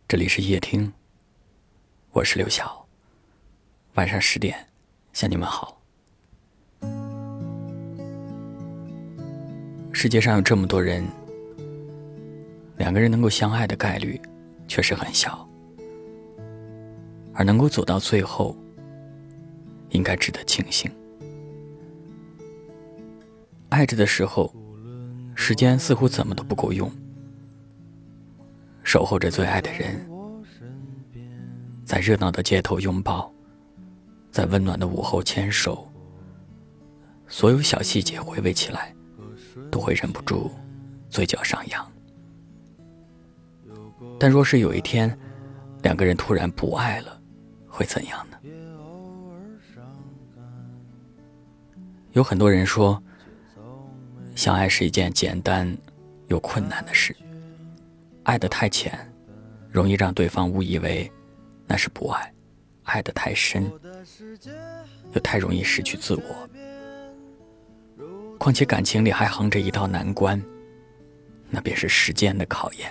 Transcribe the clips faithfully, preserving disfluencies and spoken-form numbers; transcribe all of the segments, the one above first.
这里是夜听，我是刘晓，晚上十点向你们好。世界上有这么多人，两个人能够相爱的概率确实很小，而能够走到最后，应该值得庆幸。爱着的时候，时间似乎怎么都不够用，守候着最爱的人，在热闹的街头拥抱，在温暖的午后牵手，所有小细节回味起来，都会忍不住嘴角上扬。但若是有一天两个人突然不爱了，会怎样呢？有很多人说，相爱是一件简单又困难的事，爱得太浅，容易让对方误以为那是不爱；爱得太深，又太容易失去自我。况且感情里还横着一道难关，那便是时间的考验。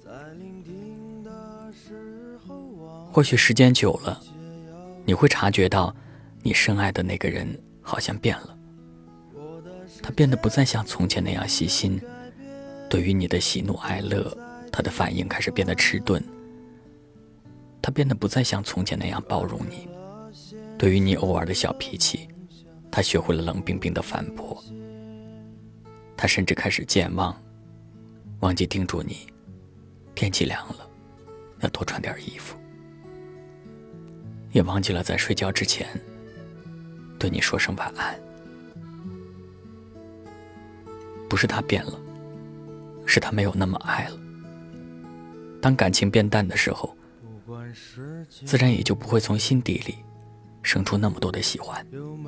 或许时间久了，你会察觉到你深爱的那个人好像变了，他变得不再像从前那样细心，对于你的喜怒哀乐，他的反应开始变得迟钝，他变得不再像从前那样包容你，对于你偶尔的小脾气，他学会了冷冰冰的反驳，他甚至开始健忘，忘记叮嘱你天气凉了要多穿点衣服，也忘记了在睡觉之前对你说声晚安。不是他变了，是他没有那么爱了。当感情变淡的时候，自然也就不会从心底里生出那么多的喜欢。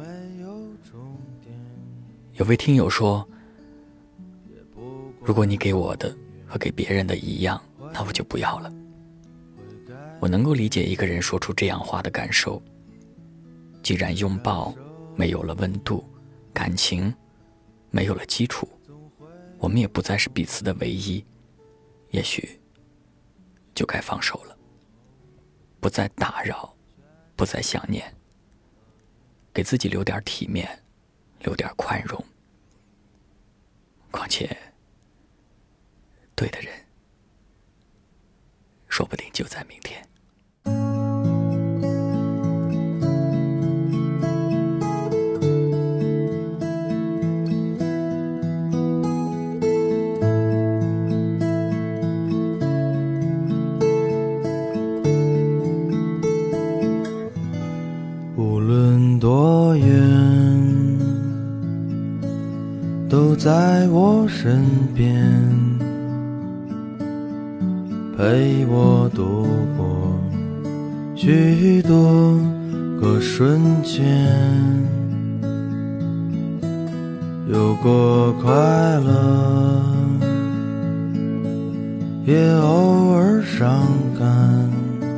有位听友说，如果你给我的和给别人的一样，那我就不要了。我能够理解一个人说出这样话的感受。既然拥抱没有了温度，感情没有了基础，我们也不再是彼此的唯一，也许就该放手了，不再打扰，不再想念，给自己留点体面，留点宽容。况且对的人说不定就在明天。 无论多远，都在我身边，陪我度过许多个瞬间，有过快乐，也偶尔伤感，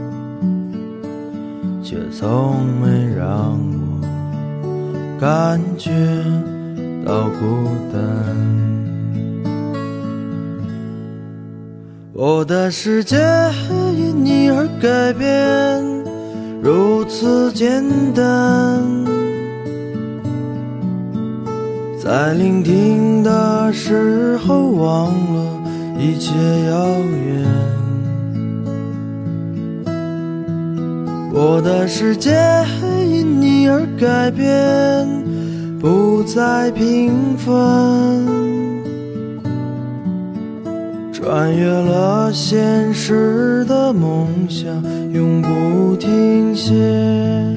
却从没让我感觉到孤单。我的世界因你而改变，如此简单。在聆听的时候忘了一切遥远。我的世界因你而改变，不再平凡，穿越了现实的梦想，永不停歇。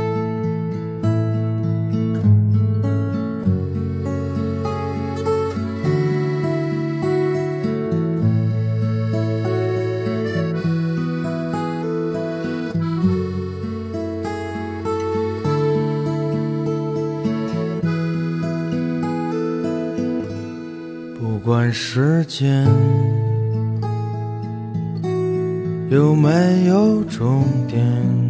不管时间有没有终点，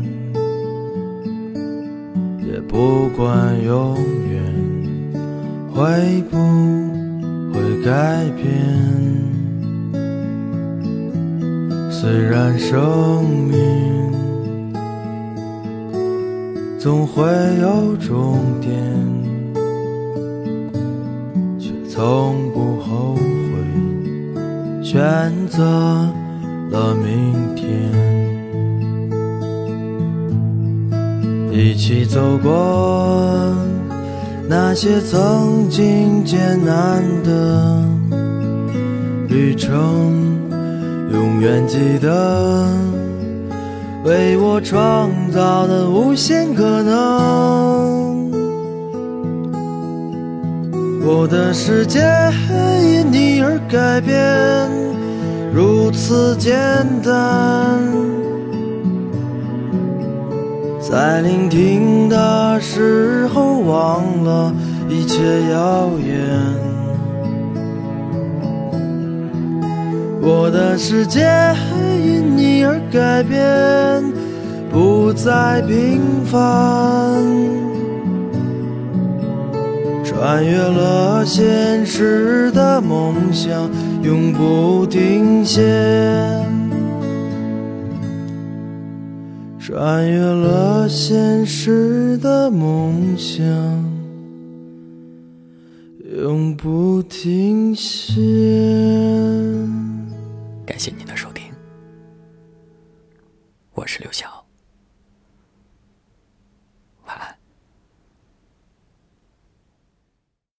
也不管永远会不会改变。 虽然生命总会有终点，却从不后悔选择了明天。一起走过那些曾经艰难的旅程，永远记得为我创造的无限可能。我的世界因你而改变，如此简单。在聆听的时候忘了一切谣言，我的世界因你而改变，不再平凡，穿越了现实的梦想，永不停歇。穿越了现实的梦想，永不停歇。 感谢您的收听，我是刘晓。